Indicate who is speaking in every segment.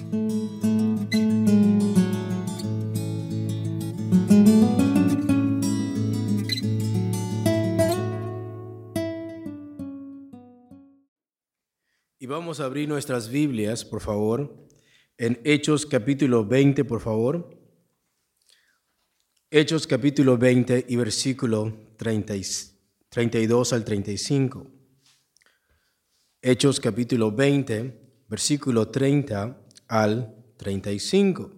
Speaker 1: Y vamos a abrir nuestras Biblias, por favor, en Hechos capítulo 20, por favor. Hechos capítulo 20 y versículo 32 al 35. Hechos capítulo 20, versículo 30 al 35.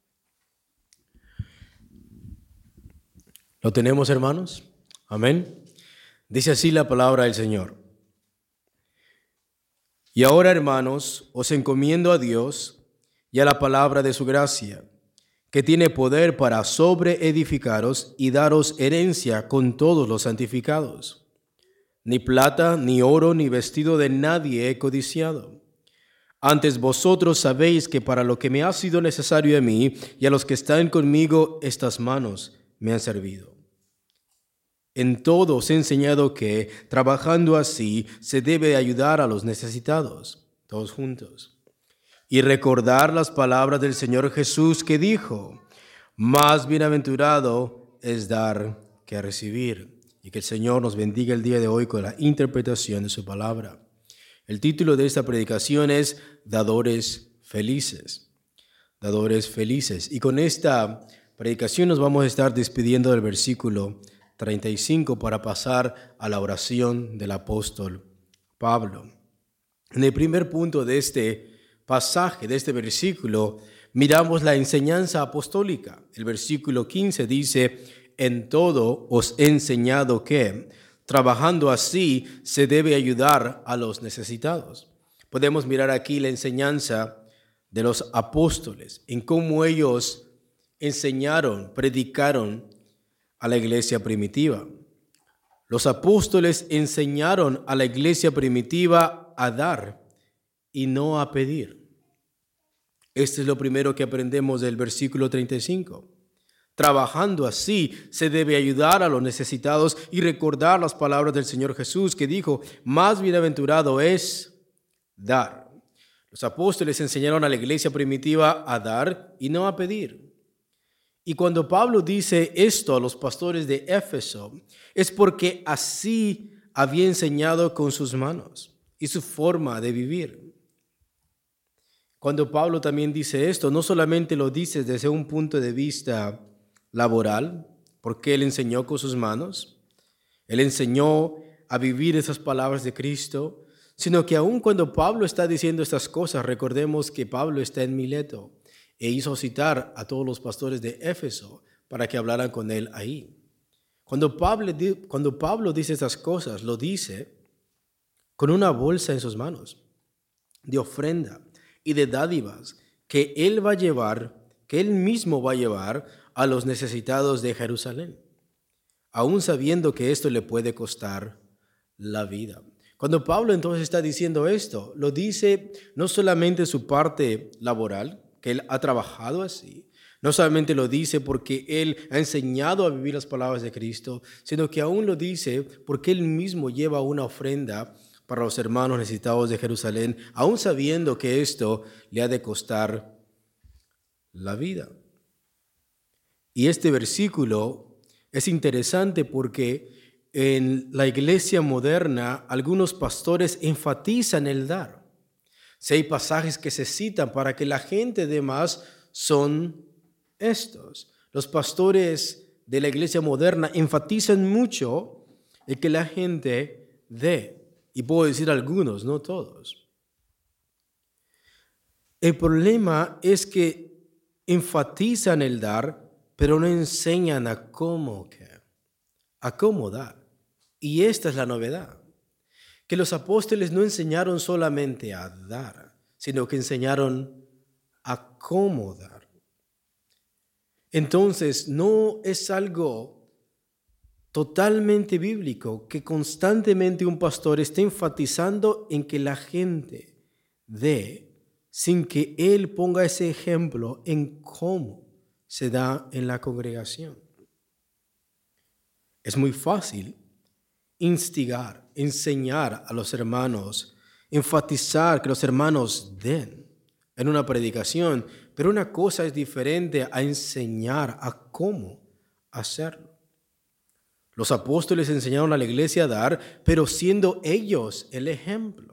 Speaker 1: ¿Lo tenemos, hermanos? Amén. Dice así la palabra del Señor. Y ahora, hermanos, os encomiendo a Dios y a la palabra de su gracia, que tiene poder para sobreedificaros y daros herencia con todos los santificados. Ni plata, ni oro, ni vestido de nadie he codiciado. Antes vosotros sabéis que para lo que me ha sido necesario a mí y a los que están conmigo, estas manos me han servido. En todo os he enseñado que, trabajando así, se debe ayudar a los necesitados, todos juntos. Y recordar las palabras del Señor Jesús que dijo, más bienaventurado es dar que recibir. Y que el Señor nos bendiga el día de hoy con la interpretación de su palabra. El título de esta predicación es Dadores Felices. Dadores Felices. Y con esta predicación nos vamos a estar despidiendo del versículo 35 para pasar a la oración del apóstol Pablo. En el primer punto de este pasaje, de este versículo, miramos la enseñanza apostólica. El versículo 15 dice, en todo os he enseñado que, trabajando así, se debe ayudar a los necesitados. Podemos mirar aquí la enseñanza de los apóstoles, en cómo ellos enseñaron, predicaron a la iglesia primitiva. Los apóstoles enseñaron a la iglesia primitiva a dar y no a pedir. Este es lo primero que aprendemos del versículo 35. Trabajando así se debe ayudar a los necesitados y recordar las palabras del Señor Jesús que dijo, más bienaventurado es dar. Los apóstoles enseñaron a la iglesia primitiva a dar y no a pedir. Y cuando Pablo dice esto a los pastores de Éfeso, es porque así había enseñado con sus manos y su forma de vivir. Cuando Pablo también dice esto, no solamente lo dice desde un punto de vista laboral, porque él enseñó con sus manos, él enseñó a vivir esas palabras de Cristo, sino que aun cuando Pablo está diciendo estas cosas, recordemos que Pablo está en Mileto, e hizo citar a todos los pastores de Éfeso para que hablaran con él ahí. Cuando Pablo dice estas cosas, lo dice con una bolsa en sus manos de ofrenda y de dádivas que él mismo va a llevar a los necesitados de Jerusalén, aún sabiendo que esto le puede costar la vida. Cuando Pablo entonces está diciendo esto, lo dice no solamente su parte laboral, que él ha trabajado así. No solamente lo dice porque él ha enseñado a vivir las palabras de Cristo, sino que aún lo dice porque él mismo lleva una ofrenda para los hermanos necesitados de Jerusalén, aún sabiendo que esto le ha de costar la vida. Y este versículo es interesante porque en la iglesia moderna algunos pastores enfatizan el dar. Si hay pasajes que se citan para que la gente dé más, son estos. Los pastores de la iglesia moderna enfatizan mucho en que la gente dé. Y puedo decir algunos, no todos. El problema es que enfatizan el dar, pero no enseñan a cómo dar. Y esta es la novedad. Que los apóstoles no enseñaron solamente a dar, sino que enseñaron a cómo dar. Entonces, no es algo totalmente bíblico que constantemente un pastor esté enfatizando en que la gente dé, sin que él ponga ese ejemplo en cómo se da en la congregación. Es muy fácil instigar, enseñar a los hermanos, enfatizar que los hermanos den, en una predicación, pero una cosa es diferente a enseñar a cómo hacerlo. Los apóstoles enseñaron a la iglesia a dar, pero siendo ellos el ejemplo.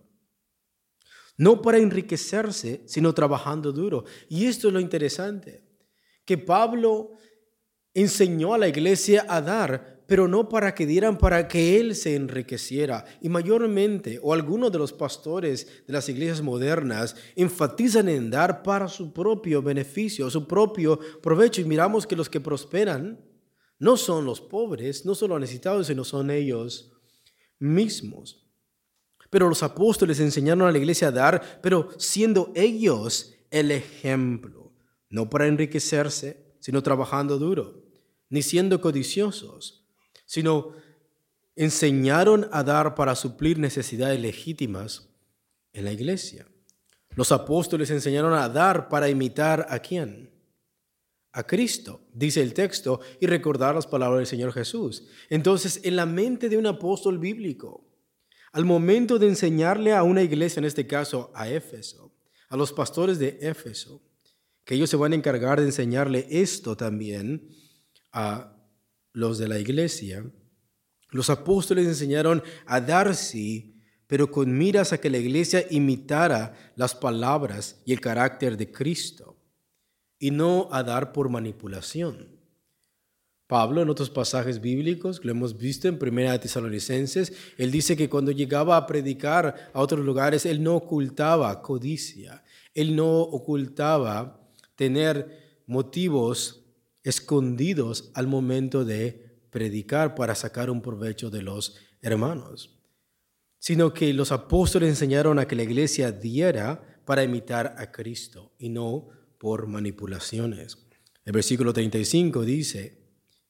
Speaker 1: No para enriquecerse, sino trabajando duro. Y esto es lo interesante, que Pablo enseñó a la iglesia a dar, pero no para que dieran para que él se enriqueciera. Y mayormente, o algunos de los pastores de las iglesias modernas enfatizan en dar para su propio beneficio, su propio provecho. Y miramos que los que prosperan no son los pobres, no son los necesitados, sino son ellos mismos. Pero los apóstoles enseñaron a la iglesia a dar, pero siendo ellos el ejemplo, no para enriquecerse, sino trabajando duro, ni siendo codiciosos, sino enseñaron a dar para suplir necesidades legítimas en la iglesia. Los apóstoles enseñaron a dar para imitar ¿a quién? A Cristo, dice el texto, y recordar las palabras del Señor Jesús. Entonces, en la mente de un apóstol bíblico, al momento de enseñarle a una iglesia, en este caso a Éfeso, a los pastores de Éfeso, que ellos se van a encargar de enseñarle esto también a los de la iglesia, los apóstoles enseñaron a dar sí, pero con miras a que la iglesia imitara las palabras y el carácter de Cristo, y no a dar por manipulación. Pablo, en otros pasajes bíblicos, lo hemos visto en 1 Tesalonicenses, él dice que cuando llegaba a predicar a otros lugares, él no ocultaba codicia, él no ocultaba tener motivos escondidos al momento de predicar para sacar un provecho de los hermanos, sino que los apóstoles enseñaron a que la iglesia diera para imitar a Cristo y no por manipulaciones. El versículo 35 dice: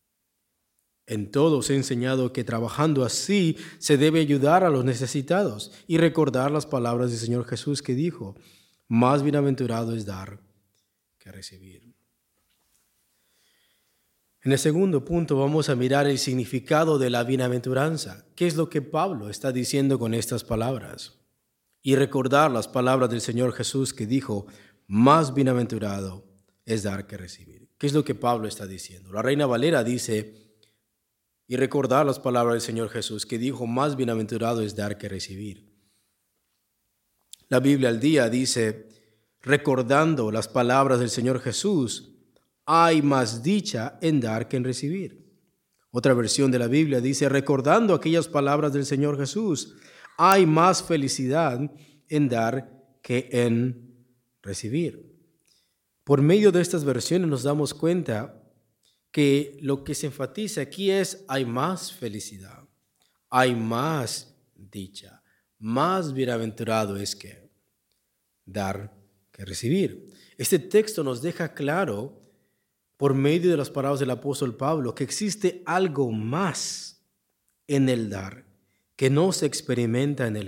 Speaker 1: en todo os he enseñado que trabajando así se debe ayudar a los necesitados y recordar las palabras del Señor Jesús que dijo: más bienaventurado es dar que recibir. En el segundo punto vamos a mirar el significado de la bienaventuranza. ¿Qué es lo que Pablo está diciendo con estas palabras? Y recordar las palabras del Señor Jesús que dijo: más bienaventurado es dar que recibir. ¿Qué es lo que Pablo está diciendo? La Reina Valera dice: y recordar las palabras del Señor Jesús que dijo: más bienaventurado es dar que recibir. La Biblia al día dice: recordando las palabras del Señor Jesús, hay más dicha en dar que en recibir. Otra versión de la Biblia dice: recordando aquellas palabras del Señor Jesús, hay más felicidad en dar que en recibir. Por medio de estas versiones nos damos cuenta que lo que se enfatiza aquí es: hay más felicidad, hay más dicha, más bienaventurado es que dar que recibir. Este texto nos deja claro, por medio de las palabras del apóstol Pablo, que existe algo más en el dar que no se experimenta en el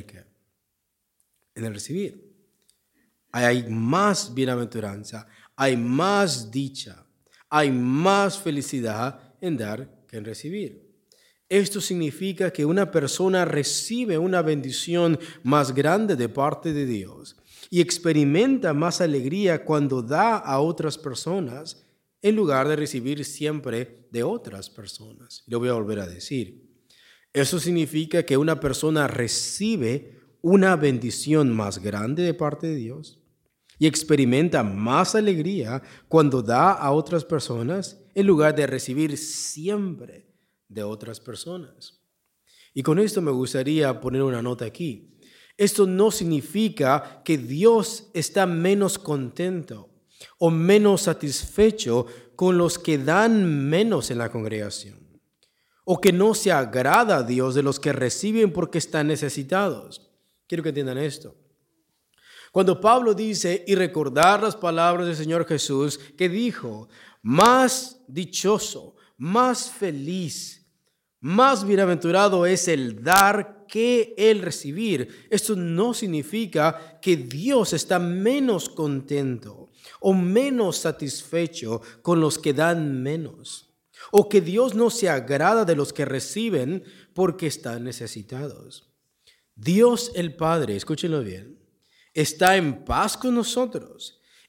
Speaker 1: recibir. Hay más bienaventuranza, hay más dicha, hay más felicidad en dar que en recibir. Esto significa que una persona recibe una bendición más grande de parte de Dios y experimenta más alegría cuando da a otras personas en lugar de recibir siempre de otras personas. Lo voy a volver a decir. Eso significa que una persona recibe una bendición más grande de parte de Dios y experimenta más alegría cuando da a otras personas en lugar de recibir siempre de otras personas. Y con esto me gustaría poner una nota aquí. Esto no significa que Dios está menos contento o menos satisfecho con los que dan menos en la congregación, o que no se agrada a Dios de los que reciben porque están necesitados. Quiero que entiendan esto. Cuando Pablo dice: y recordar las palabras del Señor Jesús, que dijo: más dichoso, más feliz, más bienaventurado es el dar que el recibir. Esto no significa que Dios está menos contento o menos satisfecho con los que dan menos, o que Dios no se agrada de los que reciben porque están necesitados. Dios el Padre, escúchenlo bien, está en paz con nosotros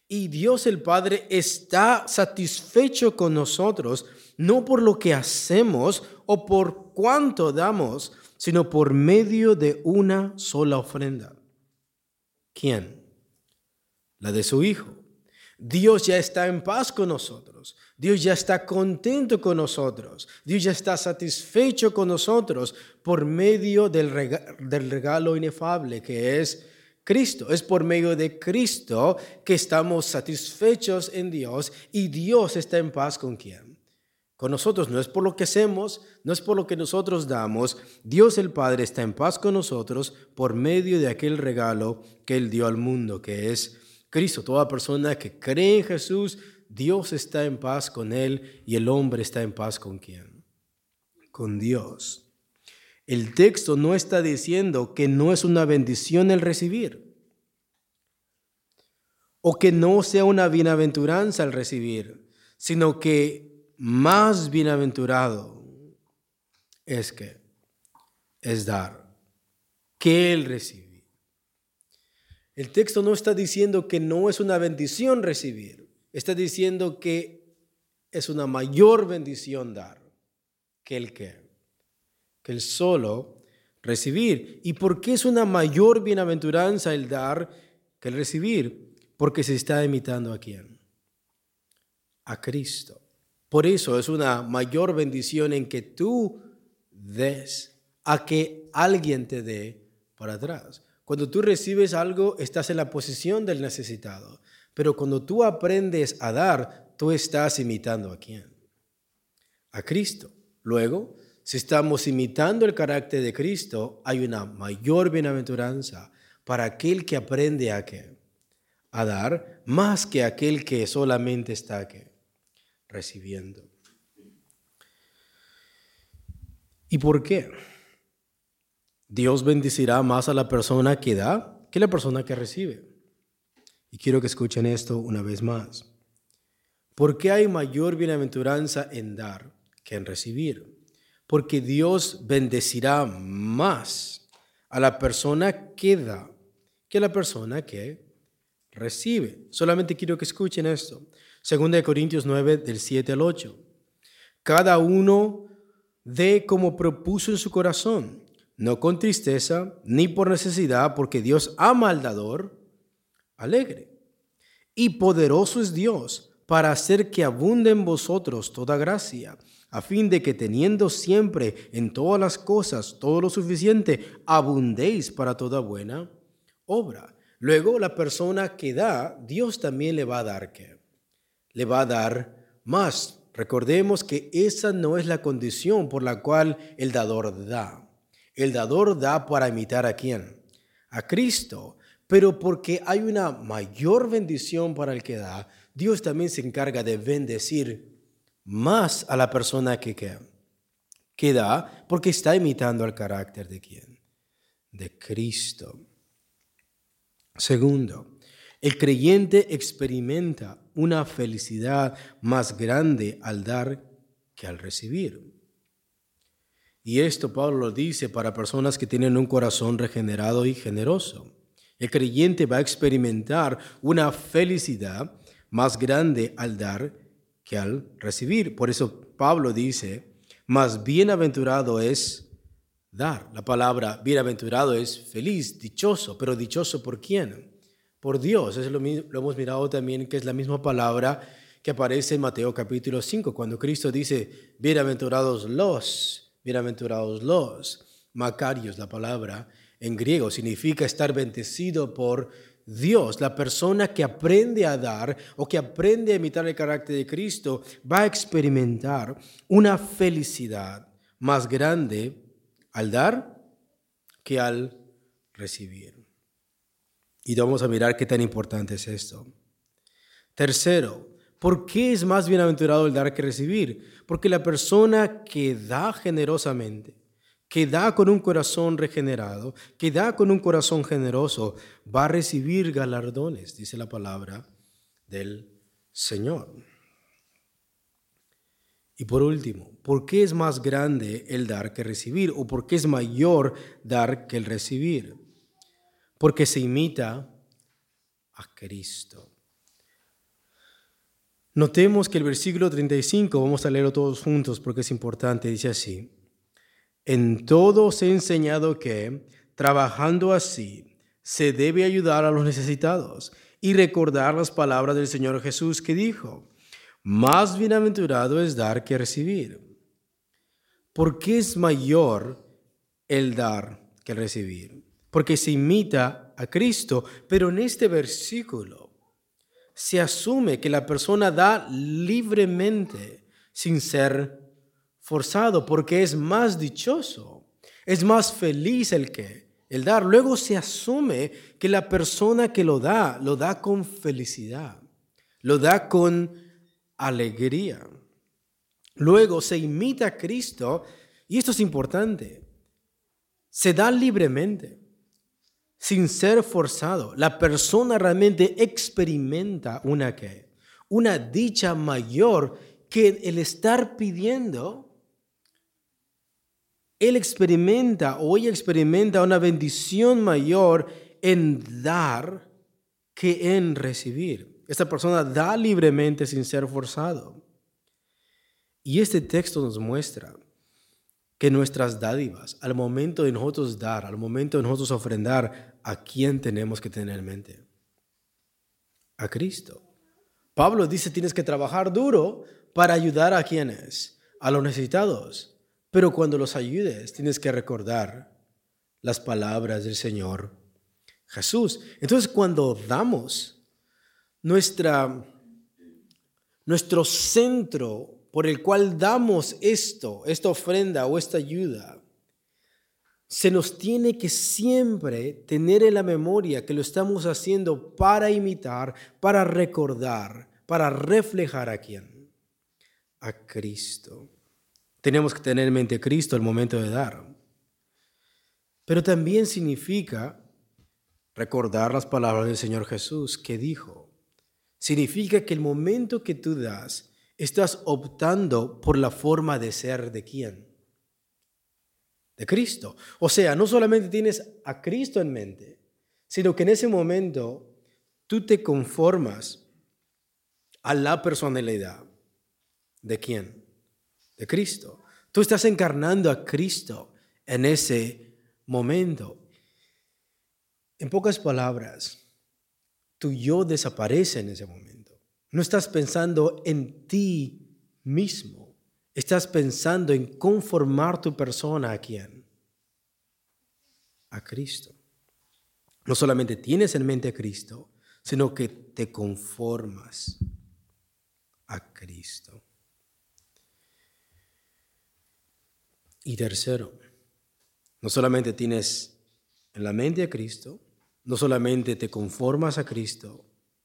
Speaker 1: Y Dios el Padre está satisfecho con nosotros, no por lo que hacemos o por cuánto damos, sino por medio de una sola ofrenda. ¿Quién? La de su Hijo. Dios ya está en paz con nosotros. Dios ya está contento con nosotros. Dios ya está satisfecho con nosotros por medio del regalo inefable que es Cristo. Es por medio de Cristo que estamos satisfechos en Dios y Dios está en paz ¿con quién? Con nosotros. No es por lo que hacemos, no es por lo que nosotros damos. Dios el Padre está en paz con nosotros por medio de aquel regalo que Él dio al mundo, que es Cristo. Toda persona que cree en Jesús, Dios está en paz con él y el hombre está en paz ¿con quién? Con Dios. El texto no está diciendo que no es una bendición el recibir o que no sea una bienaventuranza el recibir, sino que más bienaventurado es dar que el recibir. El texto no está diciendo que no es una bendición recibir. Está diciendo que es una mayor bendición dar que el solo recibir. ¿Y por qué es una mayor bienaventuranza el dar que el recibir? Porque se está imitando ¿a quién? A Cristo. Por eso es una mayor bendición en que tú des a que alguien te dé para atrás. Cuando tú recibes algo, estás en la posición del necesitado. Pero cuando tú aprendes a dar, tú estás imitando ¿a quién? A Cristo. Luego, si estamos imitando el carácter de Cristo, hay una mayor bienaventuranza para aquel que aprende a ¿qué? A dar, más que aquel que solamente está ¿qué? Recibiendo. ¿Y por qué? Dios bendecirá más a la persona que da que la persona que recibe. Y quiero que escuchen esto una vez más. ¿Por qué hay mayor bienaventuranza en dar que en recibir? Porque Dios bendecirá más a la persona que da que a la persona que recibe. Solamente quiero que escuchen esto. 2 Corintios 9, del 7 al 8. Cada uno dé como propuso en su corazón, no con tristeza ni por necesidad, porque Dios ama al dador alegre. Y poderoso es Dios para hacer que abunde en vosotros toda gracia, a fin de que teniendo siempre en todas las cosas todo lo suficiente, abundéis para toda buena obra. Luego, la persona que da, Dios también le va a dar ¿qué? Le va a dar más. Recordemos que esa no es la condición por la cual el dador da. El dador da para imitar ¿a quién? A Cristo. Pero porque hay una mayor bendición para el que da, Dios también se encarga de bendecir más a la persona que da, porque está imitando al carácter ¿de quién? De Cristo. Segundo, el creyente experimenta una felicidad más grande al dar que al recibir. Y esto Pablo lo dice para personas que tienen un corazón regenerado y generoso. El creyente va a experimentar una felicidad más grande al dar que al recibir. Por eso Pablo dice, más bienaventurado es dar. La palabra bienaventurado es feliz, dichoso, pero dichoso ¿por quién? Por Dios. Eso lo hemos mirado también, que es la misma palabra que aparece en Mateo capítulo 5, cuando Cristo dice, bienaventurados los, Macarios, la palabra en griego, significa estar bendecido por Dios. La persona que aprende a dar o que aprende a imitar el carácter de Cristo va a experimentar una felicidad más grande al dar que al recibir. Y vamos a mirar qué tan importante es esto. Tercero, ¿por qué es más bienaventurado el dar que recibir? Porque la persona que da generosamente, que da con un corazón regenerado, que da con un corazón generoso, va a recibir galardones, dice la palabra del Señor. Y por último, ¿por qué es más grande el dar que recibir? ¿O por qué es mayor dar que el recibir? Porque se imita a Cristo. Notemos que el versículo 35, vamos a leerlo todos juntos porque es importante, dice así: en todo os he enseñado que, trabajando así, se debe ayudar a los necesitados y recordar las palabras del Señor Jesús que dijo: más bienaventurado es dar que recibir. ¿Por qué es mayor el dar que el recibir? Porque se imita a Cristo, pero en este versículo se asume que la persona da libremente, sin ser forzado, porque es más dichoso, es más feliz el dar. Luego se asume que la persona que lo da con felicidad, lo da con alegría. Luego se imita a Cristo, y esto es importante, se da libremente, sin ser forzado. La persona realmente experimenta una dicha mayor que el estar pidiendo. Él experimenta o ella experimenta una bendición mayor en dar que en recibir. Esta persona da libremente sin ser forzado. Y este texto nos muestra que nuestras dádivas, al momento de nosotros dar, al momento de nosotros ofrendar, ¿a quién tenemos que tener en mente? A Cristo. Pablo dice: tienes que trabajar duro para ayudar a quienes, a los necesitados. Pero cuando los ayudes, tienes que recordar las palabras del Señor Jesús. Entonces, cuando damos, nuestro centro por el cual damos esta ofrenda o esta ayuda, se nos tiene que siempre tener en la memoria que lo estamos haciendo para imitar, para recordar, para reflejar ¿a quién? A Cristo. Tenemos que tener en mente a Cristo al momento de dar. Pero también significa recordar las palabras del Señor Jesús que dijo. Significa que el momento que tú das, estás optando por la forma de ser ¿de quién? De Cristo. O sea, no solamente tienes a Cristo en mente, sino que en ese momento tú te conformas a la personalidad. ¿De quién? De Cristo. Tú estás encarnando a Cristo en ese momento. En pocas palabras, tu yo desaparece en ese momento. No estás pensando en ti mismo. Estás pensando en conformar tu persona ¿a quién? A Cristo. No solamente tienes en mente a Cristo, sino que te conformas a Cristo. Y tercero, no solamente tienes en la mente a Cristo, no solamente te conformas a Cristo,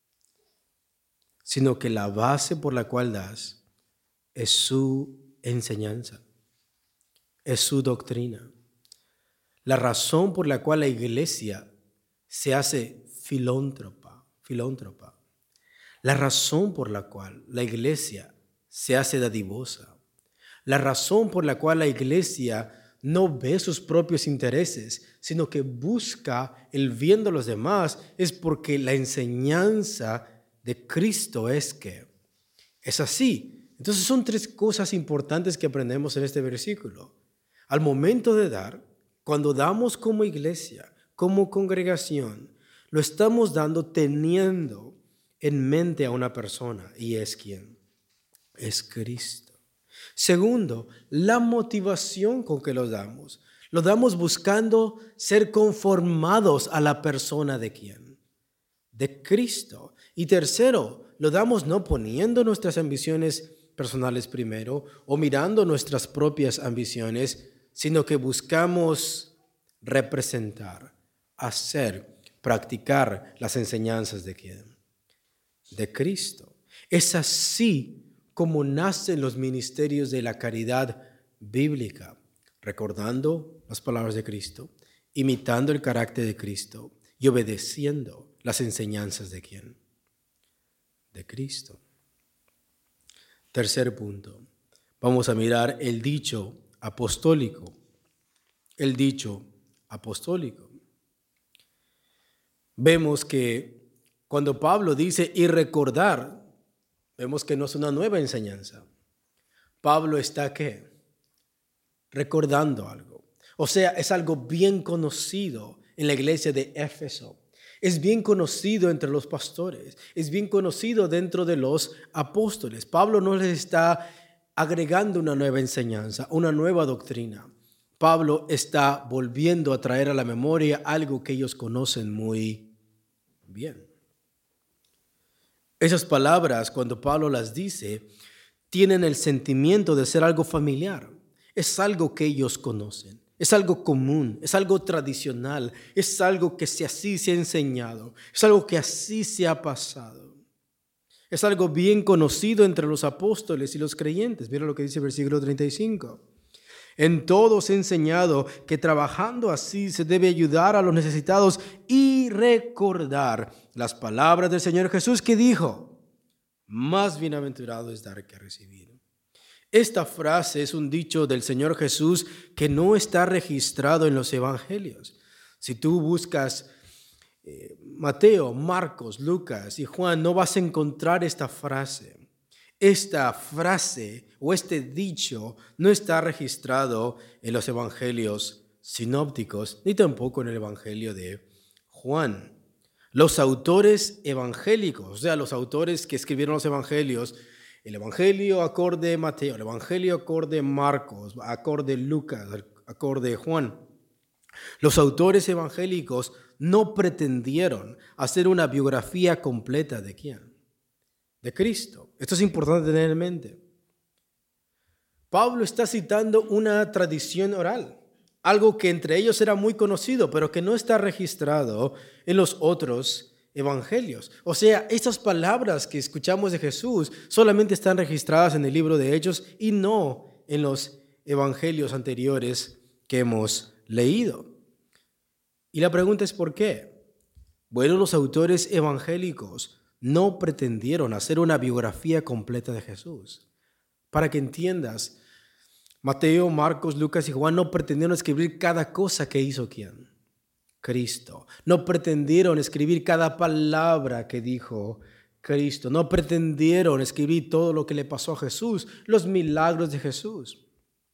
Speaker 1: sino que la base por la cual das es su enseñanza, es su doctrina. La razón por la cual la iglesia se hace filántropa. La razón por la cual la iglesia se hace dadivosa. La razón por la cual la iglesia no ve sus propios intereses, sino que busca el bien de los demás, es porque la enseñanza de Cristo es así. Entonces son tres cosas importantes que aprendemos en este versículo. Al momento de dar, cuando damos como iglesia, como congregación, lo estamos dando teniendo en mente a una persona. ¿Y es quién? Es Cristo. Segundo, la motivación con que lo damos. Lo damos buscando ser conformados a la persona de quién? De Cristo. Y tercero, lo damos no poniendo nuestras ambiciones personales primero o mirando nuestras propias ambiciones, sino que buscamos representar, hacer, practicar las enseñanzas de quién? De Cristo. Es así como nacen los ministerios de la caridad bíblica, recordando las palabras de Cristo, imitando el carácter de Cristo y obedeciendo las enseñanzas de quién? De Cristo. Tercer punto, vamos a mirar el dicho apostólico. El dicho apostólico. Vemos que cuando Pablo dice y recordar, vemos que no es una nueva enseñanza. Pablo está, ¿qué? Recordando algo. O sea, es algo bien conocido en la iglesia de Éfeso. Es bien conocido entre los pastores. Es bien conocido dentro de los apóstoles. Pablo no les está agregando una nueva enseñanza, una nueva doctrina. Pablo está volviendo a traer a la memoria algo que ellos conocen muy bien. Esas palabras, cuando Pablo las dice, tienen el sentimiento de ser algo familiar. Es algo que ellos conocen. Es algo común, es algo tradicional, es algo que así se ha enseñado, es algo que así se ha pasado. Es algo bien conocido entre los apóstoles y los creyentes. Mira lo que dice el versículo 35. En todo os he enseñado que trabajando así se debe ayudar a los necesitados y recordar las palabras del Señor Jesús que dijo, más bienaventurado es dar que recibir. Esta frase es un dicho del Señor Jesús que no está registrado en los evangelios. Si tú buscas Mateo, Marcos, Lucas y Juan, no vas a encontrar esta frase. Esta frase o este dicho no está registrado en los evangelios sinópticos, ni tampoco en el evangelio de Juan. Los autores evangélicos, o sea, los autores que escribieron los evangelios, el evangelio acorde Mateo, el evangelio acorde Marcos, acorde Lucas, acorde Juan. Los autores evangélicos no pretendieron hacer una biografía completa de ¿quién? De Cristo. Esto es importante tener en mente. Pablo está citando una tradición oral, algo que entre ellos era muy conocido, pero que no está registrado en los otros evangelios. O sea, estas palabras que escuchamos de Jesús solamente están registradas en el libro de Hechos y no en los evangelios anteriores que hemos leído. Y la pregunta es ¿por qué? Bueno, los autores evangélicos no pretendieron hacer una biografía completa de Jesús. Para que entiendas, Mateo, Marcos, Lucas y Juan no pretendieron escribir cada cosa que hizo ¿quién? Cristo. No pretendieron escribir cada palabra que dijo Cristo. No pretendieron escribir todo lo que le pasó a Jesús, los milagros de Jesús.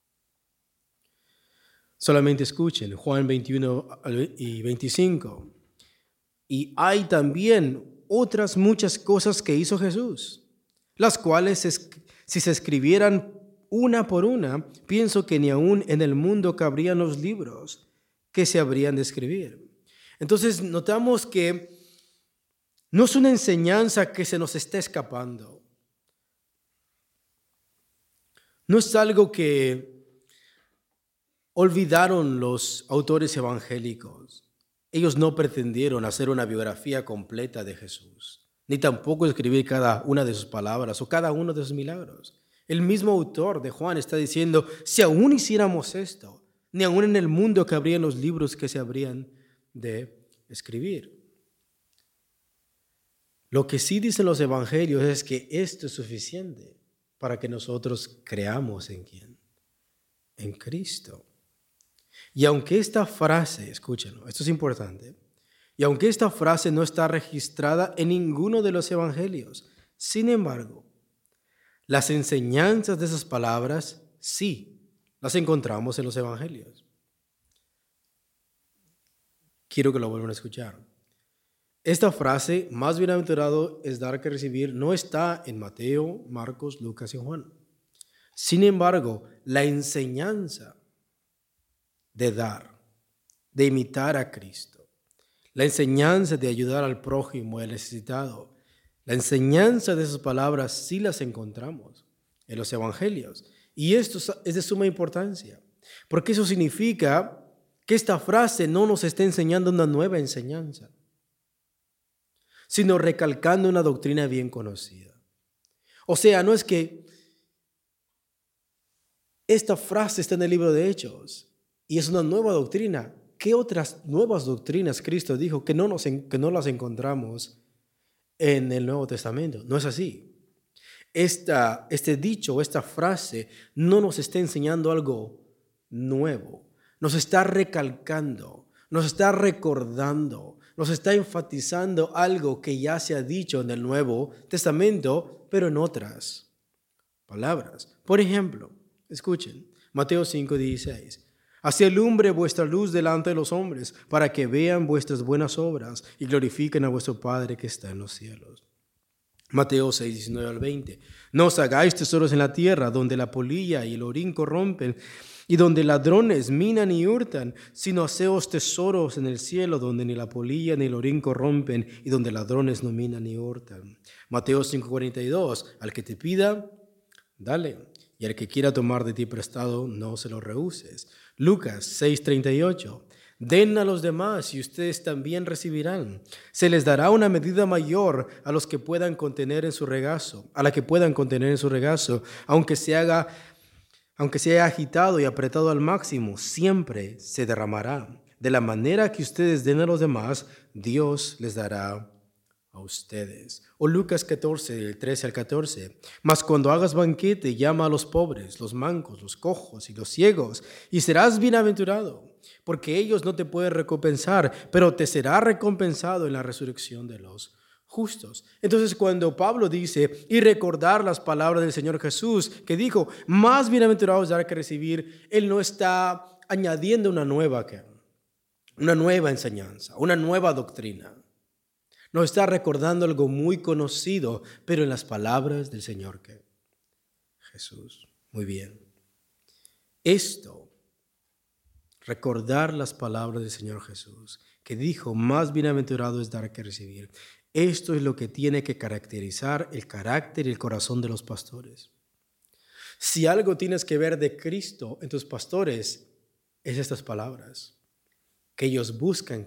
Speaker 1: Solamente escuchen Juan 21 y 25. Y hay también otras muchas cosas que hizo Jesús, las cuales si se escribieran una por una, pienso que ni aún en el mundo cabrían los libros que se habrían de escribir. Entonces notamos que no es una enseñanza que se nos está escapando. No es algo que olvidaron los autores evangélicos. Ellos no pretendieron hacer una biografía completa de Jesús, ni tampoco escribir cada una de sus palabras o cada uno de sus milagros. El mismo autor de Juan está diciendo, si aún hiciéramos esto, ni aún en el mundo cabrían los libros que se habrían de escribir. Lo que sí dicen los evangelios es que esto es suficiente para que nosotros creamos en ¿quién? En Cristo. Y aunque esta frase, escúchenlo, esto es importante, y aunque esta frase no está registrada en ninguno de los evangelios, sin embargo, las enseñanzas de esas palabras sí las encontramos en los evangelios. Quiero que lo vuelvan a escuchar. Esta frase, más bienaventurado es dar que recibir, no está en Mateo, Marcos, Lucas y Juan. Sin embargo, la enseñanza de dar, de imitar a Cristo, la enseñanza de ayudar al prójimo, al necesitado, la enseñanza de esas palabras sí las encontramos en los evangelios. Y esto es de suma importancia, porque eso significa que esta frase no nos está enseñando una nueva enseñanza, sino recalcando una doctrina bien conocida. O sea, no es que esta frase está en el libro de Hechos y es una nueva doctrina. ¿Qué otras nuevas doctrinas Cristo dijo que no las encontramos en el Nuevo Testamento? No es así. Este dicho, esta frase, no nos está enseñando algo nuevo. Nos está recalcando, nos está recordando, nos está enfatizando algo que ya se ha dicho en el Nuevo Testamento, pero en otras palabras. Por ejemplo, escuchen, Mateo 5:16. Así alumbre vuestra luz delante de los hombres, para que vean vuestras buenas obras y glorifiquen a vuestro Padre que está en los cielos. Mateo 6:19-20. No os hagáis tesoros en la tierra, donde la polilla y el orín corrompen, y donde ladrones minan y hurtan, sino haceos tesoros en el cielo, donde ni la polilla ni el orín corrompen, y donde ladrones no minan ni hurtan. Mateo 5:42. Al que te pida, dale, y al que quiera tomar de ti prestado, no se lo rehuses. Lucas 6:38. Den a los demás y ustedes también recibirán. Se les dará una medida mayor a los que puedan contener en su regazo, a la que puedan contener en su regazo, aunque se haya agitado y apretado al máximo, siempre se derramará. De la manera que ustedes den a los demás, Dios les dará a ustedes. O Lucas 14, del 13 al 14. Mas cuando hagas banquete, llama a los pobres, los mancos, los cojos y los ciegos, y serás bienaventurado, porque ellos no te pueden recompensar, pero te será recompensado en la resurrección de los justos. Entonces, cuando Pablo dice, y recordar las palabras del Señor Jesús, que dijo, más bienaventurados dar que recibir, Él no está añadiendo una nueva enseñanza, una nueva doctrina. Nos está recordando algo muy conocido, pero en las palabras del Señor Jesús. Muy bien. Esto, recordar las palabras del Señor Jesús, que dijo, más bienaventurado es dar que recibir. Esto es lo que tiene que caracterizar el carácter y el corazón de los pastores. Si algo tienes que ver de Cristo en tus pastores, es estas palabras, que ellos buscan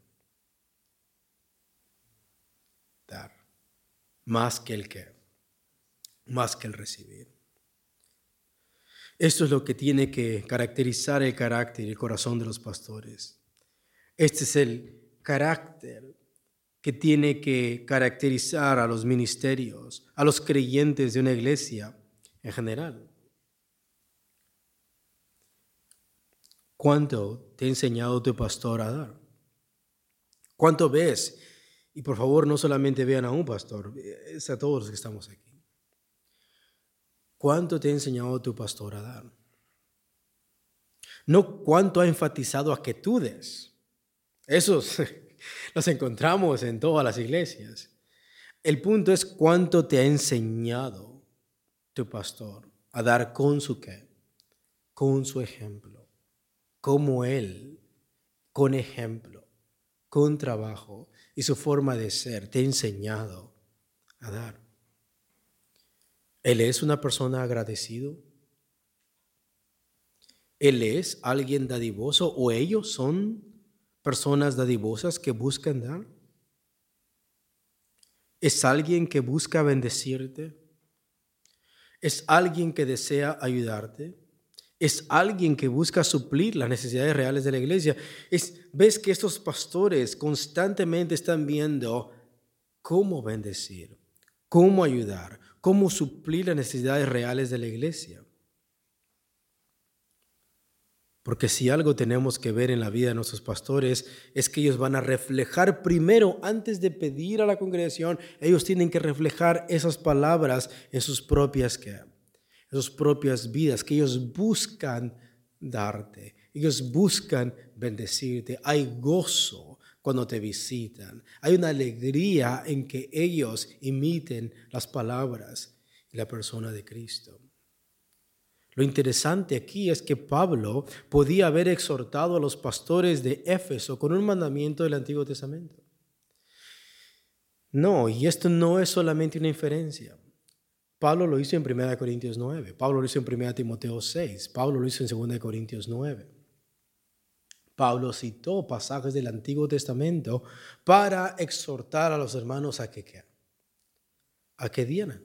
Speaker 1: dar, más que el recibir. Esto es lo que tiene que caracterizar el carácter y el corazón de los pastores. Este es el carácter que tiene que caracterizar a los ministerios, a los creyentes de una iglesia en general. ¿Cuánto te ha enseñado tu pastor a dar? ¿Cuánto ves? Y por favor, no solamente vean a un pastor, es a todos los que estamos aquí. ¿Cuánto te ha enseñado tu pastor a dar? No cuánto ha enfatizado a que tú des. Esos los encontramos en todas las iglesias. El punto es cuánto te ha enseñado tu pastor a dar con su ejemplo. Como él, con ejemplo, con trabajo y su forma de ser, te ha enseñado a dar. ¿Él es una persona agradecido? ¿Él es alguien dadivoso o ellos son personas dadivosas que buscan dar? ¿Es alguien que busca bendecirte? ¿Es alguien que desea ayudarte? ¿Es alguien que busca suplir las necesidades reales de la iglesia? ¿Ves que estos pastores constantemente están viendo cómo bendecir, cómo ayudar, cómo suplir las necesidades reales de la iglesia? Porque si algo tenemos que ver en la vida de nuestros pastores es que ellos van a reflejar primero, antes de pedir a la congregación, ellos tienen que reflejar esas palabras en sus propias vidas, que ellos buscan darte, ellos buscan bendecirte. Hay gozo cuando te visitan, hay una alegría en que ellos imiten las palabras y la persona de Cristo. Lo interesante aquí es que Pablo podía haber exhortado a los pastores de Éfeso con un mandamiento del Antiguo Testamento. No, y esto no es solamente una inferencia. Pablo lo hizo en 1 Corintios 9, Pablo lo hizo en 1 Timoteo 6, Pablo lo hizo en 2 Corintios 9. Pablo citó pasajes del Antiguo Testamento para exhortar a los hermanos a que dieran.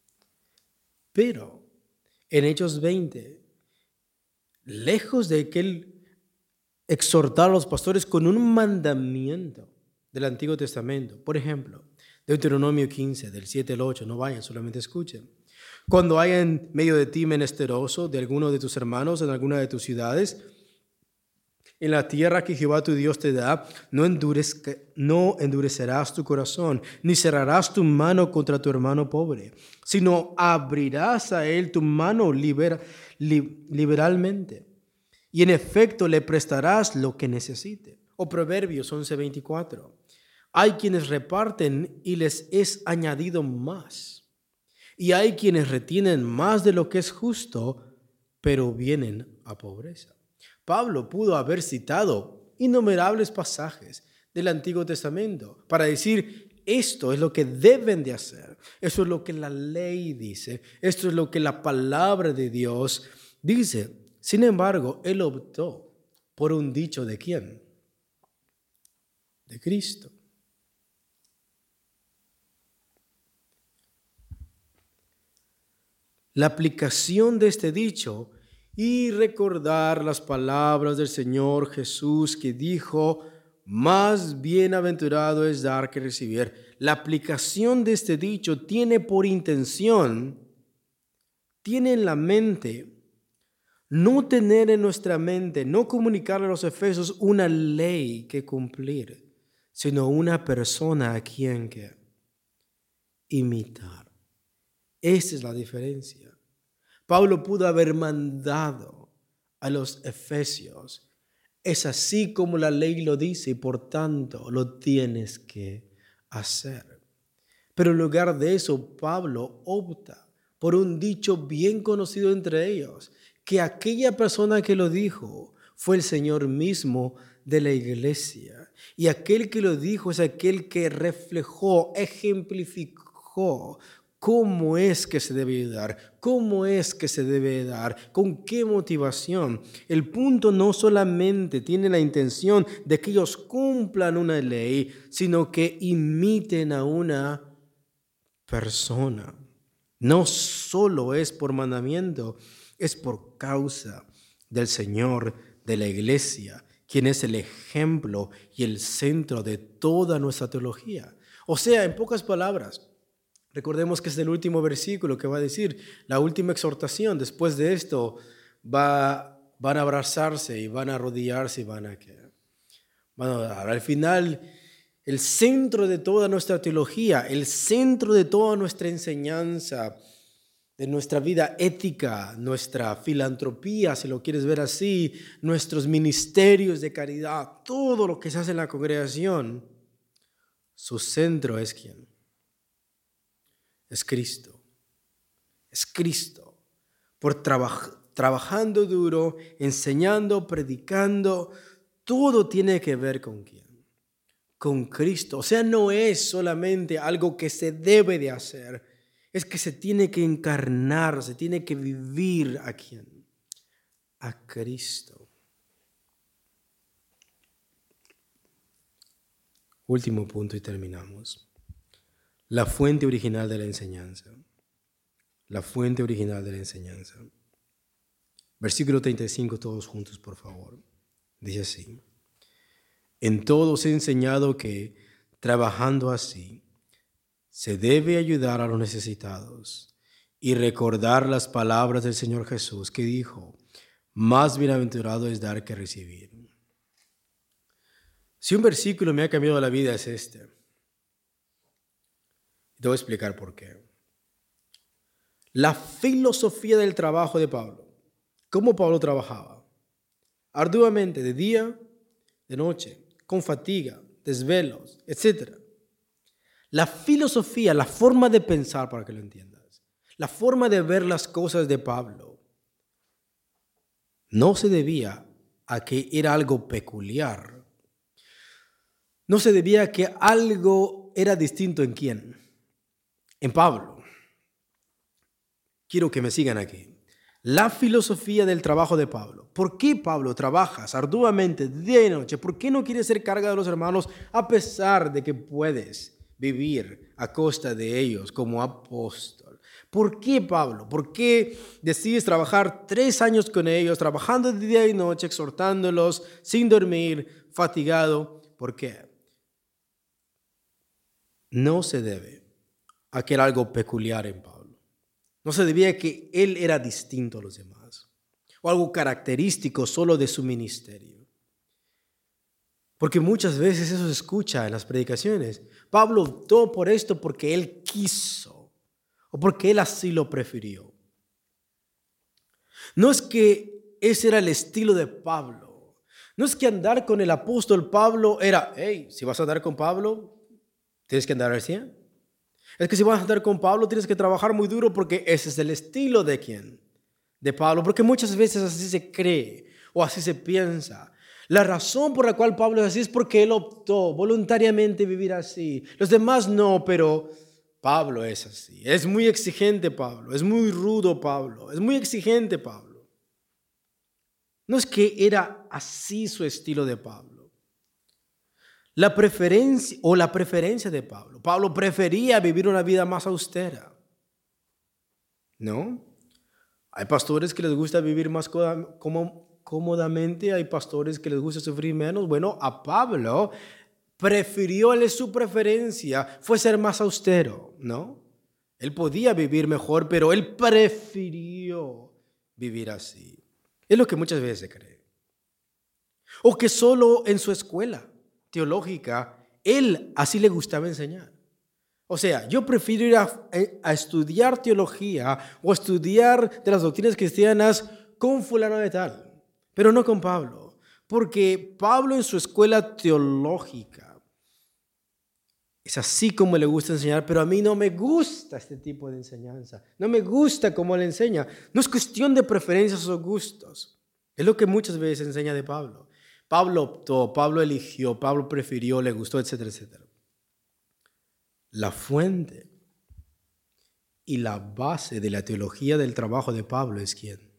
Speaker 1: Pero en Hechos 20, lejos de que él exhortara a los pastores con un mandamiento del Antiguo Testamento, por ejemplo, Deuteronomio 15, del 7 al 8, no vayan, solamente escuchen. Cuando haya en medio de ti menesteroso de alguno de tus hermanos en alguna de tus ciudades, En la tierra que Jehová tu Dios te da, no endurecerás tu corazón, ni cerrarás tu mano contra tu hermano pobre, sino abrirás a él tu mano liberalmente, y en efecto le prestarás lo que necesite. O Proverbios 11:24. Hay quienes reparten y les es añadido más, y hay quienes retienen más de lo que es justo, pero vienen a pobreza. Pablo pudo haber citado innumerables pasajes del Antiguo Testamento para decir, esto es lo que deben de hacer, esto es lo que la ley dice, esto es lo que la palabra de Dios dice. Sin embargo, él optó por un dicho ¿de quién? De Cristo. La aplicación de este dicho y recordar las palabras del Señor Jesús que dijo, más bienaventurado es dar que recibir. La aplicación de este dicho tiene por intención, tiene en la mente, no tener en nuestra mente, no comunicarle a los efesios una ley que cumplir, sino una persona a quien que imitar. Esa es la diferencia. Pablo pudo haber mandado a los efesios, es así como la ley lo dice y por tanto lo tienes que hacer. Pero en lugar de eso, Pablo opta por un dicho bien conocido entre ellos, que aquella persona que lo dijo fue el Señor mismo de la iglesia. Y aquel que lo dijo es aquel que reflejó, ejemplificó cómo es que se debe dar, cómo es que se debe dar, con qué motivación. El punto no solamente tiene la intención de que ellos cumplan una ley, sino que imiten a una persona. No solo es por mandamiento, es por causa del Señor de la iglesia, quien es el ejemplo y el centro de toda nuestra teología. O sea, en pocas palabras, recordemos que es el último versículo que va a decir, la última exhortación. Después de esto van a abrazarse y van a arrodillarse y van a orar. Al final, el centro de toda nuestra teología, el centro de toda nuestra enseñanza, de nuestra vida ética, nuestra filantropía, si lo quieres ver así, nuestros ministerios de caridad, todo lo que se hace en la congregación, su centro es ¿quién? Es Cristo. Es Cristo. Por trabajando duro, enseñando, predicando, todo tiene que ver con ¿quién? Con Cristo. O sea, no es solamente algo que se debe de hacer, es que se tiene que encarnar, se tiene que vivir ¿a quién? A Cristo. Último punto y terminamos. La fuente original de la enseñanza. La fuente original de la enseñanza. Versículo 35, todos juntos, por favor. Dice así. En todo os he enseñado que, trabajando así, se debe ayudar a los necesitados y recordar las palabras del Señor Jesús que dijo, más bienaventurado es dar que recibir. Si un versículo me ha cambiado la vida es este. Te voy a explicar por qué. La filosofía del trabajo de Pablo. ¿Cómo Pablo trabajaba? Arduamente, de día, de noche, con fatiga, desvelos, etc. La filosofía, la forma de pensar, para que lo entiendas, la forma de ver las cosas de Pablo, no se debía a que era algo peculiar. No se debía a que algo era distinto en quién. En Pablo. Quiero que me sigan aquí. La filosofía del trabajo de Pablo. ¿Por qué Pablo trabajas arduamente día y noche? ¿Por qué no quieres ser carga de los hermanos a pesar de que puedes vivir a costa de ellos como apóstol? ¿Por qué, Pablo? ¿Por qué decides trabajar 3 años con ellos, trabajando de día y noche, exhortándolos, sin dormir, fatigado? ¿Por qué? No se debe a que era algo peculiar en Pablo. No se debía a que él era distinto a los demás o algo característico solo de su ministerio. Porque muchas veces eso se escucha en las predicaciones. Pablo optó por esto porque él quiso o porque él así lo prefirió. No es que ese era el estilo de Pablo. No es que andar con el apóstol Pablo era, hey, si vas a andar con Pablo, tienes que andar al 100. Es que si vas a andar con Pablo, tienes que trabajar muy duro porque ese es el estilo de ¿quién? De Pablo. Porque muchas veces así se cree o así se piensa. La razón por la cual Pablo es así es porque él optó voluntariamente vivir así. Los demás no, pero Pablo es así. Es muy exigente Pablo, es muy rudo Pablo, es muy exigente Pablo. No es que era así su estilo de Pablo. La preferencia de Pablo. Pablo prefería vivir una vida más austera. ¿No? Hay pastores que les gusta vivir más cómodamente, hay pastores que les gusta sufrir menos. Bueno, a Pablo su preferencia fue ser más austero, ¿no? Él podía vivir mejor, pero él prefirió vivir así. Es lo que muchas veces se cree. O que solo en su escuela teológica, él así le gustaba enseñar. O sea, yo prefiero ir a estudiar teología o estudiar de las doctrinas cristianas con fulano de tal, pero no con Pablo. Porque Pablo en su escuela teológica es así como le gusta enseñar, pero a mí no me gusta este tipo de enseñanza. No me gusta cómo le enseña. No es cuestión de preferencias o gustos. Es lo que muchas veces enseña de Pablo. Pablo optó, Pablo eligió, Pablo prefirió, le gustó, etcétera, etcétera. La fuente y la base de la teología del trabajo de Pablo es ¿quién?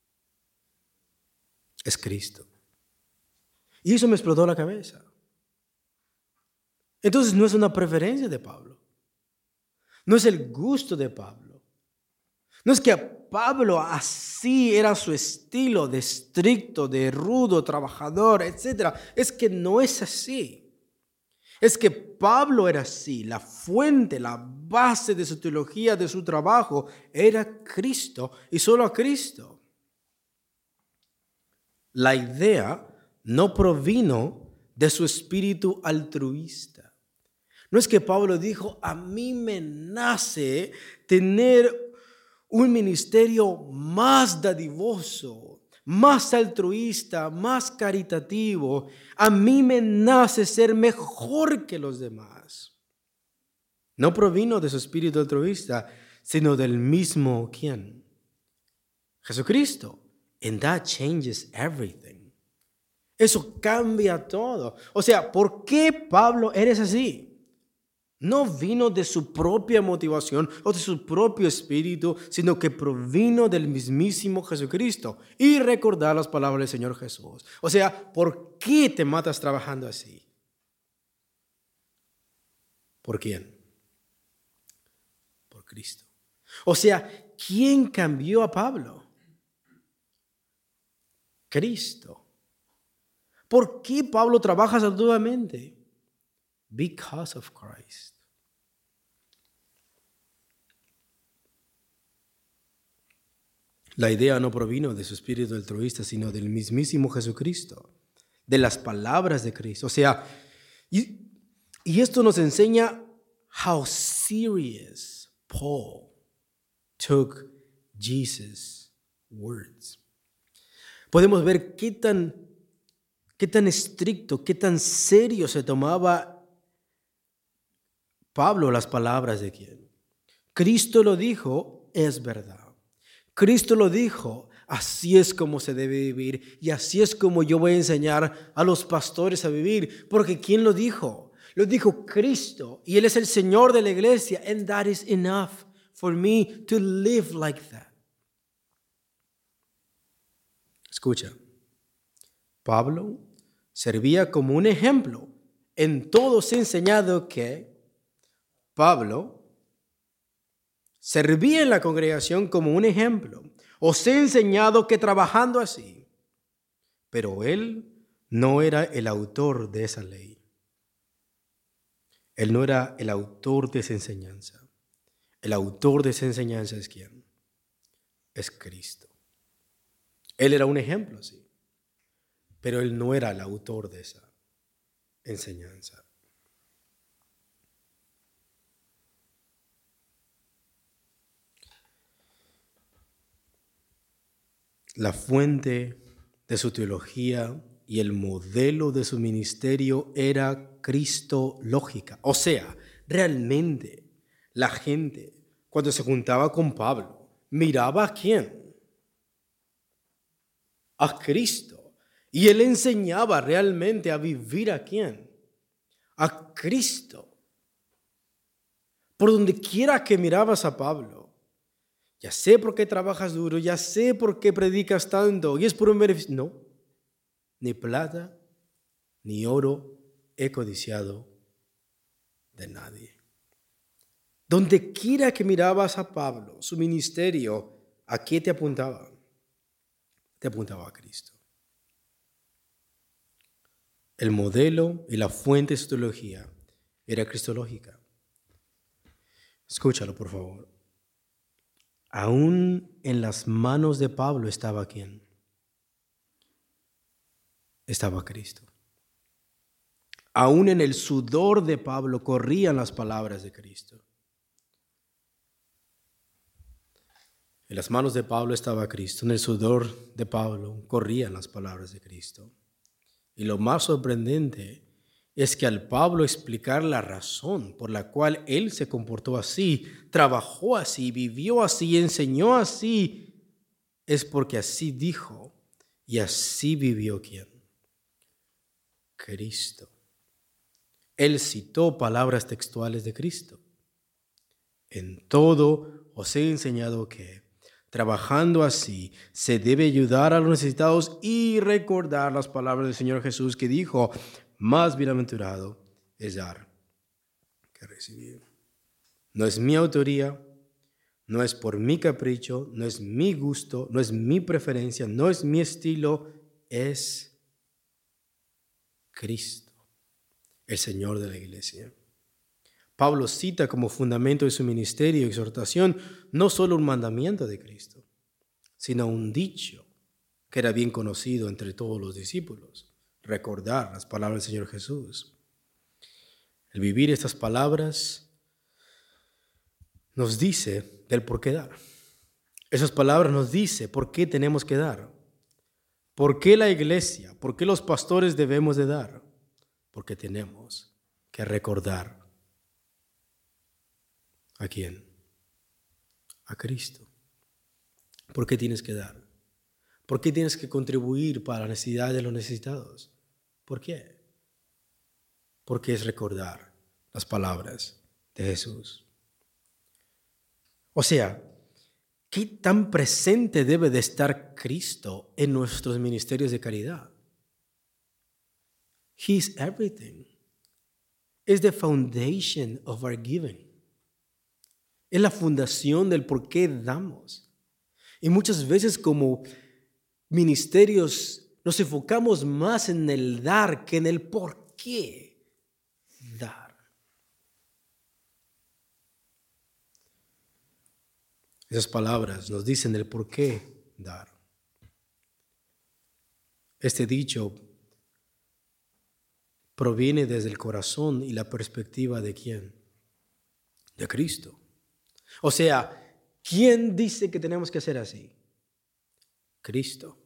Speaker 1: Es Cristo. Y eso me explotó la cabeza. Entonces no es una preferencia de Pablo. No es el gusto de Pablo. No es que Pablo así era su estilo de estricto, de rudo, trabajador, etc. Es que no es así. Es que Pablo era así. La fuente, la base de su teología, de su trabajo, era Cristo y solo a Cristo. La idea no provino de su espíritu altruista. No es que Pablo dijo, a mí me nace tener un ministerio más dadivoso, más altruista, más caritativo. A mí me nace ser mejor que los demás. No provino de su espíritu altruista, sino del mismo ¿quién? Jesucristo. And that changes everything. Eso cambia todo. O sea, ¿por qué Pablo eres así? No vino de su propia motivación o de su propio espíritu, sino que provino del mismísimo Jesucristo. Y recordar las palabras del Señor Jesús. O sea, ¿por qué te matas trabajando así? ¿Por quién? Por Cristo. O sea, ¿quién cambió a Pablo? Cristo. ¿Por qué Pablo trabaja arduamente? Because of Christ. La idea no provino de su espíritu altruista, sino del mismísimo Jesucristo, de las palabras de Cristo. O sea, y esto nos enseña how serious Paul took Jesus' words. Podemos ver qué tan estricto, qué tan serio se tomaba Pablo las palabras de quién. Cristo lo dijo, es verdad. Cristo lo dijo, así es como se debe vivir y así es como yo voy a enseñar a los pastores a vivir. Porque ¿quién lo dijo? Lo dijo Cristo y Él es el Señor de la iglesia. And that is enough for me to live like that. Escucha, Pablo servía como un ejemplo. En todos he enseñado que Pablo servía en la congregación como un ejemplo. Os he enseñado que trabajando así, pero él no era el autor de esa ley. Él no era el autor de esa enseñanza. El autor de esa enseñanza es ¿quién? Es Cristo. Él era un ejemplo, sí, pero él no era el autor de esa. enseñanza. La fuente de su teología y el modelo de su ministerio era cristológica. O sea, realmente la gente, cuando se juntaba con Pablo, miraba a quién, a Cristo. Y él enseñaba realmente a vivir a quién, a Cristo. Por donde quiera que mirabas a Pablo, ya sé por qué trabajas duro, ya sé por qué predicas tanto, y es por un beneficio. No, ni plata, ni oro he codiciado de nadie. Donde quiera que mirabas a Pablo, su ministerio, ¿a qué te apuntaba? Te apuntaba a Cristo. El modelo y la fuente de su teología era cristológica. Escúchalo, por favor. Aún en las manos de Pablo estaba ¿quién? Estaba Cristo. Aún en el sudor de Pablo corrían las palabras de Cristo. En las manos de Pablo estaba Cristo. En el sudor de Pablo corrían las palabras de Cristo. Y lo más sorprendente es que al Pablo explicar la razón por la cual él se comportó así, trabajó así, vivió así, enseñó así, es porque así dijo y así vivió ¿quién? Cristo. Él citó palabras textuales de Cristo. En todo os he enseñado que, trabajando así, se debe ayudar a los necesitados y recordar las palabras del Señor Jesús que dijo, más bienaventurado es dar que recibir. No es mi autoría, no es por mi capricho, no es mi gusto, no es mi preferencia, no es mi estilo, es Cristo, el Señor de la iglesia. Pablo cita como fundamento de su ministerio y exhortación no solo un mandamiento de Cristo, sino un dicho que era bien conocido entre todos los discípulos. Recordar las palabras del Señor Jesús. El vivir estas palabras nos dice del por qué dar. Esas palabras nos dice por qué tenemos que dar. ¿Por qué la iglesia? ¿Por qué los pastores debemos de dar? Porque tenemos que recordar. ¿A quién? A Cristo. ¿Por qué tienes que dar? ¿Por qué tienes que contribuir para la necesidad de los necesitados? ¿Por qué? Porque es recordar las palabras de Jesús. O sea, ¿qué tan presente debe de estar Cristo en nuestros ministerios de caridad? He is everything. Is the foundation of our giving. Es la fundación del por qué damos. Y muchas veces como ministerios nos enfocamos más en el dar que en el por qué dar. Esas palabras nos dicen el por qué dar. Este dicho proviene desde el corazón y la perspectiva de ¿quién? De Cristo. O sea, ¿quién dice que tenemos que hacer así? Cristo.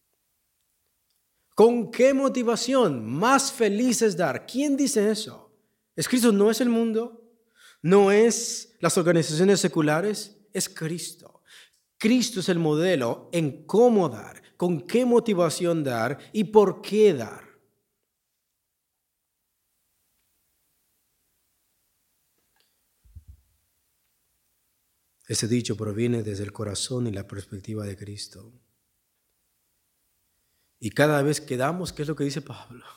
Speaker 1: ¿Con qué motivación más feliz es dar? ¿Quién dice eso? ¿Es Cristo? ¿No es el mundo? ¿No es las organizaciones seculares? Es Cristo. Cristo es el modelo en cómo dar, con qué motivación dar y por qué dar. Ese dicho proviene desde el corazón y la perspectiva de Cristo. Y cada vez que damos, ¿qué es lo que dice Pablo?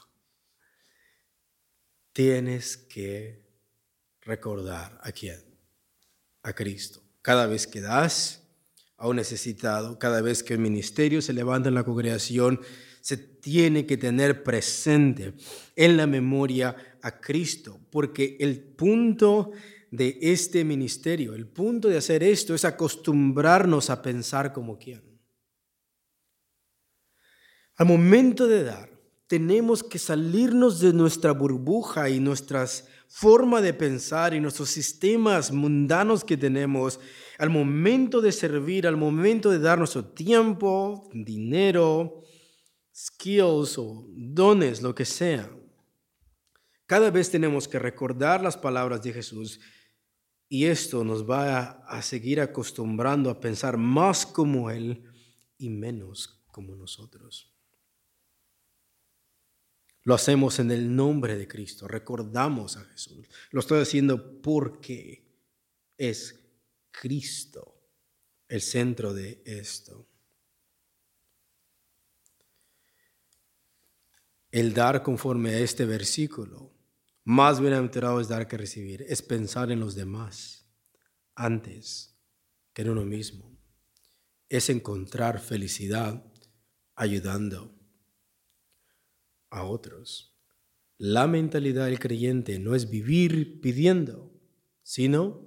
Speaker 1: Tienes que recordar ¿a quién? A Cristo. Cada vez que das a un necesitado, cada vez que el ministerio se levanta en la congregación, se tiene que tener presente en la memoria a Cristo, porque el punto de este ministerio, el punto de hacer esto es acostumbrarnos a pensar como quién. Al momento de dar, tenemos que salirnos de nuestra burbuja y nuestras forma de pensar y nuestros sistemas mundanos que tenemos al momento de servir, al momento de dar nuestro tiempo, dinero, skills o dones, lo que sea. Cada vez tenemos que recordar las palabras de Jesús y esto nos va a seguir acostumbrando a pensar más como Él y menos como nosotros. Lo hacemos en el nombre de Cristo, recordamos a Jesús. Lo estoy haciendo porque es Cristo el centro de esto. El dar conforme a este versículo, más bienaventurado es dar que recibir, es pensar en los demás antes que en uno mismo. Es encontrar felicidad ayudando a otros. La mentalidad del creyente no es vivir pidiendo, sino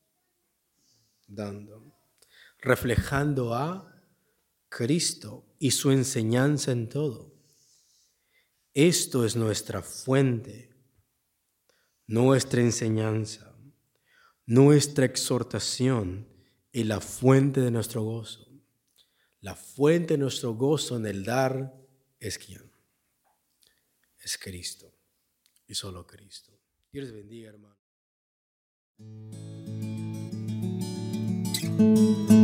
Speaker 1: dando, reflejando a Cristo y su enseñanza en todo. Esto es nuestra fuente, nuestra enseñanza, nuestra exhortación y la fuente de nuestro gozo. La fuente de nuestro gozo en el dar es ¿quién? Es Cristo y solo Cristo. Dios les bendiga, hermano.